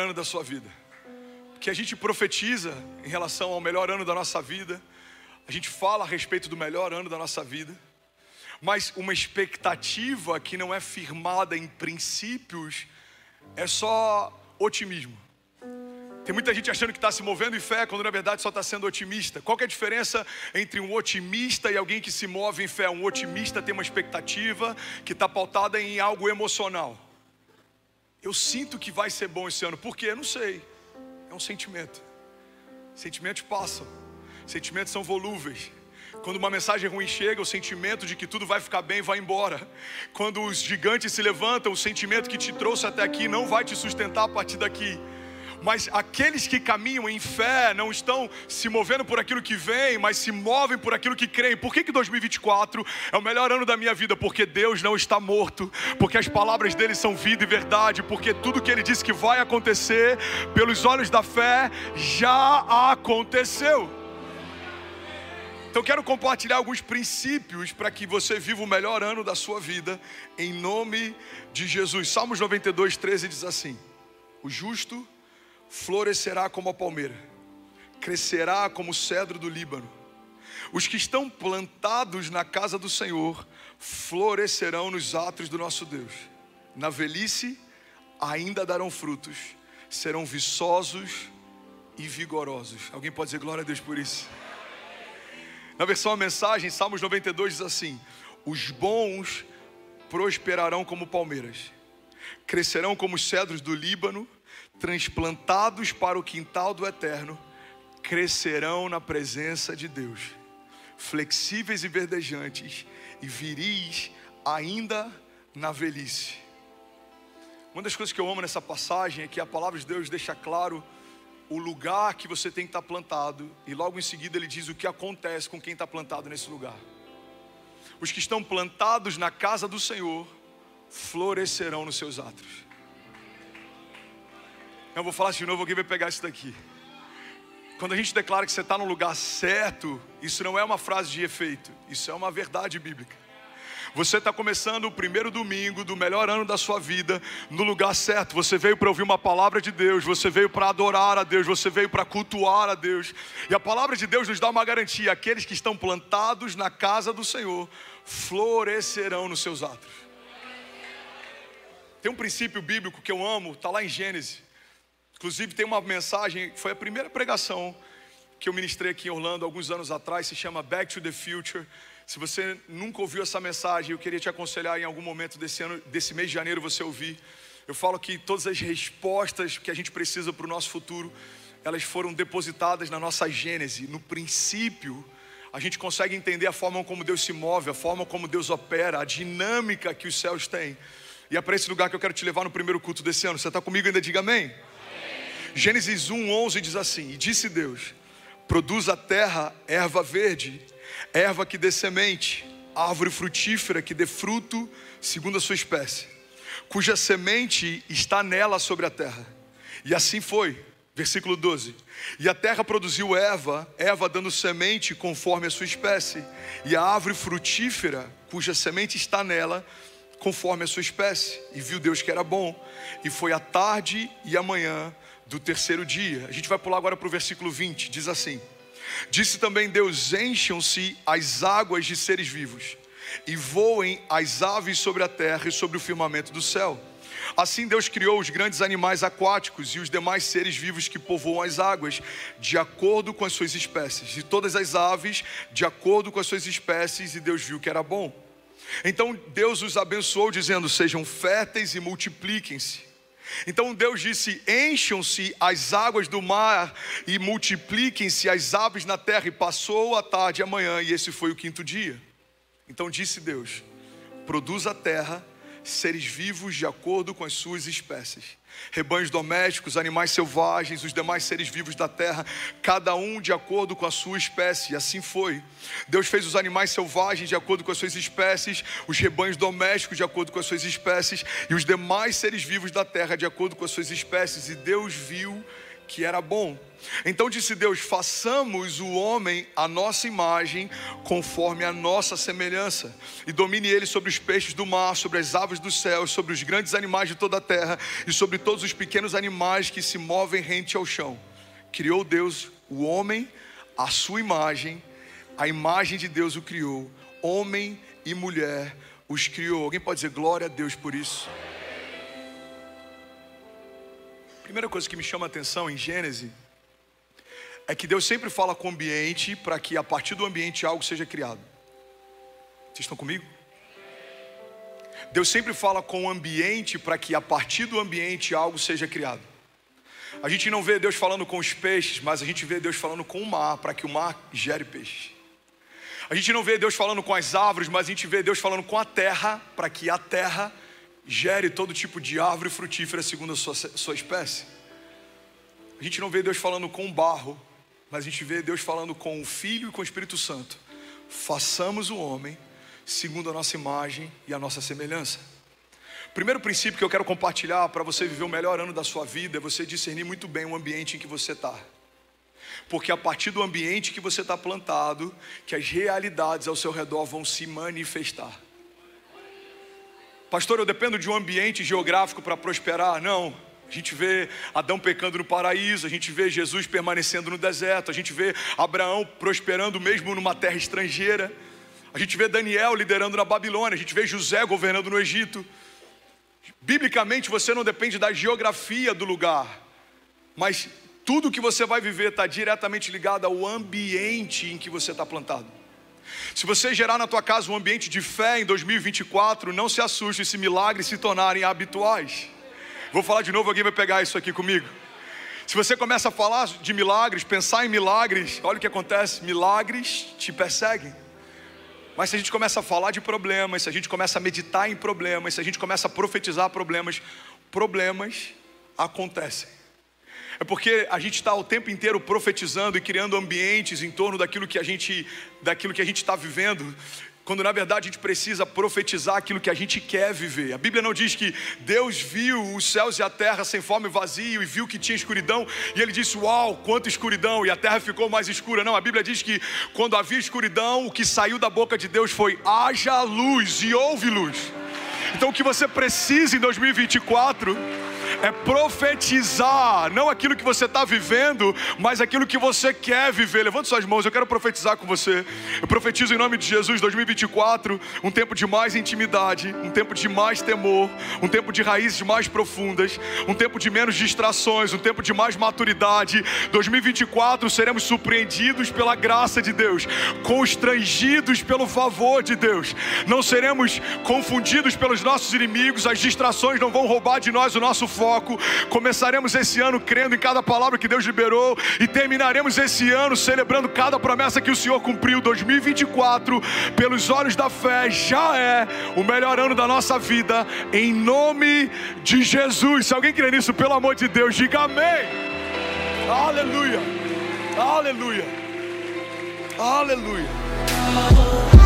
ano da sua vida. Que a gente profetiza em relação ao melhor ano da nossa vida. A gente fala a respeito do melhor ano da nossa vida. Mas uma expectativa que não é firmada em princípios é só otimismo. Tem muita gente achando que está se movendo em fé, quando na verdade só está sendo otimista. Qual que é a diferença entre um otimista e alguém que se move em fé? Um otimista tem uma expectativa que está pautada em algo emocional. Eu sinto que vai ser bom esse ano. Por quê? Eu não sei. É um sentimento. Sentimentos passam. Sentimentos são volúveis. Quando uma mensagem ruim chega, o sentimento de que tudo vai ficar bem vai embora. Quando os gigantes se levantam, o sentimento que te trouxe até aqui não vai te sustentar a partir daqui. Mas aqueles que caminham em fé não estão se movendo por aquilo que vem, mas se movem por aquilo que creem. Por que 2024 é o melhor ano da minha vida? Porque Deus não está morto, porque as palavras dele são vida e verdade, porque tudo que ele disse que vai acontecer, pelos olhos da fé, já aconteceu. Então quero compartilhar alguns princípios para que você viva o melhor ano da sua vida, em nome de Jesus. Salmos 92, 13 diz assim: o justo florescerá como a palmeira, crescerá como o cedro do Líbano. Os que estão plantados na casa do Senhor florescerão nos átrios do nosso Deus. Na velhice ainda darão frutos, serão viçosos e vigorosos. Alguém pode dizer glória a Deus por isso? Na versão a mensagem, Salmos 92 diz assim: os bons prosperarão como palmeiras, crescerão como os cedros do Líbano, transplantados para o quintal do Eterno, crescerão na presença de Deus, flexíveis e verdejantes e viris ainda na velhice. Uma das coisas que eu amo nessa passagem é que a palavra de Deus deixa claro o lugar que você tem que estar plantado, e logo em seguida ele diz o que acontece com quem está plantado nesse lugar. Os que estão plantados na casa do Senhor florescerão nos seus átrios. Eu vou falar de novo, alguém vai pegar isso daqui. Quando a gente declara que você está no lugar certo, isso não é uma frase de efeito, isso é uma verdade bíblica. Você está começando o primeiro domingo do melhor ano da sua vida no lugar certo. Você veio para ouvir uma palavra de Deus, você veio para adorar a Deus, você veio para cultuar a Deus. E a palavra de Deus nos dá uma garantia: aqueles que estão plantados na casa do Senhor florescerão nos seus átrios. Tem um princípio bíblico que eu amo, está lá em Gênesis. Inclusive tem uma mensagem, foi a primeira pregação que eu ministrei aqui em Orlando alguns anos atrás, se chama Back to the Future. Se você nunca ouviu essa mensagem, eu queria te aconselhar em algum momento desse ano, desse mês de janeiro, você ouvir. Eu falo que todas as respostas que a gente precisa para o nosso futuro, elas foram depositadas na nossa Gênese. No princípio, a gente consegue entender a forma como Deus se move, a forma como Deus opera, a dinâmica que os céus têm. E é para esse lugar que eu quero te levar no primeiro culto desse ano. Você está comigo ainda? Diga amém. Gênesis 1:11 diz assim: e disse Deus: produz a terra erva verde, erva que dê semente, árvore frutífera que dê fruto segundo a sua espécie, cuja semente está nela sobre a terra. E assim foi. Versículo 12: e a terra produziu erva dando semente conforme a sua espécie, e a árvore frutífera cuja semente está nela conforme a sua espécie. E viu Deus que era bom, e foi a tarde e a manhã do terceiro dia. A gente vai pular agora para o versículo 20, diz assim: disse também Deus: encham-se as águas de seres vivos, e voem as aves sobre a terra e sobre o firmamento do céu. Assim Deus criou os grandes animais aquáticos e os demais seres vivos que povoam as águas, de acordo com as suas espécies, e todas as aves de acordo com as suas espécies, e Deus viu que era bom. Então Deus os abençoou, dizendo: sejam férteis e multipliquem-se. Então Deus disse: encham-se as águas do mar e multipliquem-se as aves na terra. E passou a tarde e a manhã, e esse foi o quinto dia. Então disse Deus: produz a terra seres vivos de acordo com as suas espécies, rebanhos domésticos, animais selvagens, os demais seres vivos da terra, cada um de acordo com a sua espécie. E assim foi. Deus fez os animais selvagens de acordo com as suas espécies, os rebanhos domésticos de acordo com as suas espécies, e os demais seres vivos da terra de acordo com as suas espécies. E Deus viu que era bom. Então disse Deus: façamos o homem à nossa imagem, conforme a nossa semelhança, e domine ele sobre os peixes do mar, sobre as aves dos céus, sobre os grandes animais de toda a terra e sobre todos os pequenos animais que se movem rente ao chão. Criou Deus o homem à sua imagem, a imagem de Deus o criou, homem e mulher os criou. Alguém pode dizer glória a Deus por isso? Primeira coisa que me chama a atenção em Gênesis é que Deus sempre fala com o ambiente para que a partir do ambiente algo seja criado. Vocês estão comigo? Deus sempre fala com o ambiente para que a partir do ambiente algo seja criado. A gente não vê Deus falando com os peixes, mas a gente vê Deus falando com o mar, para que o mar gere peixe. A gente não vê Deus falando com as árvores, mas a gente vê Deus falando com a terra, para que a terra gere todo tipo de árvore frutífera segundo a sua espécie. A gente não vê Deus falando com o barro, mas a gente vê Deus falando com o Filho e com o Espírito Santo. Façamos o homem segundo a nossa imagem e a nossa semelhança. Primeiro princípio que eu quero compartilhar para você viver o melhor ano da sua vida é você discernir muito bem o ambiente em que você está. Porque a partir do ambiente que você está plantado, que as realidades ao seu redor vão se manifestar. Pastor, eu dependo de um ambiente geográfico para prosperar? Não. A gente vê Adão pecando no paraíso, a gente vê Jesus permanecendo no deserto, a gente vê Abraão prosperando mesmo numa terra estrangeira, a gente vê Daniel liderando na Babilônia, a gente vê José governando no Egito. Biblicamente você não depende da geografia do lugar, mas tudo que você vai viver está diretamente ligado ao ambiente em que você está plantado. Se você gerar na tua casa um ambiente de fé em 2024, não se assuste se milagres se tornarem habituais. Vou falar de novo, alguém vai pegar isso aqui comigo. Se você começa a falar de milagres, pensar em milagres, olha o que acontece, milagres te perseguem. Mas se a gente começa a falar de problemas, se a gente começa a meditar em problemas, se a gente começa a profetizar problemas, problemas acontecem. É porque a gente está o tempo inteiro profetizando e criando ambientes em torno daquilo que a gente está vivendo, quando na verdade a gente precisa profetizar aquilo que a gente quer viver. A Bíblia não diz que Deus viu os céus e a terra sem forma e vazio e viu que tinha escuridão e ele disse: uau, quanta escuridão, e a terra ficou mais escura. Não, a Bíblia diz que quando havia escuridão, o que saiu da boca de Deus foi: haja luz, e houve luz. Então o que você precisa em 2024 é profetizar, não aquilo que você está vivendo, mas aquilo que você quer viver. Levante suas mãos, eu quero profetizar com você. Eu profetizo em nome de Jesus, 2024, um tempo de mais intimidade, um tempo de mais temor, um tempo de raízes mais profundas, um tempo de menos distrações, um tempo de mais maturidade. 2024 seremos surpreendidos pela graça de Deus, constrangidos pelo favor de Deus. Não seremos confundidos pelos nossos inimigos, as distrações não vão roubar de nós o nosso foco. Começaremos esse ano crendo em cada palavra que Deus liberou e terminaremos esse ano celebrando cada promessa que o Senhor cumpriu. 2024, pelos olhos da fé, já é o melhor ano da nossa vida, em nome de Jesus. Se alguém crê nisso, pelo amor de Deus, diga amém. Aleluia, aleluia, aleluia.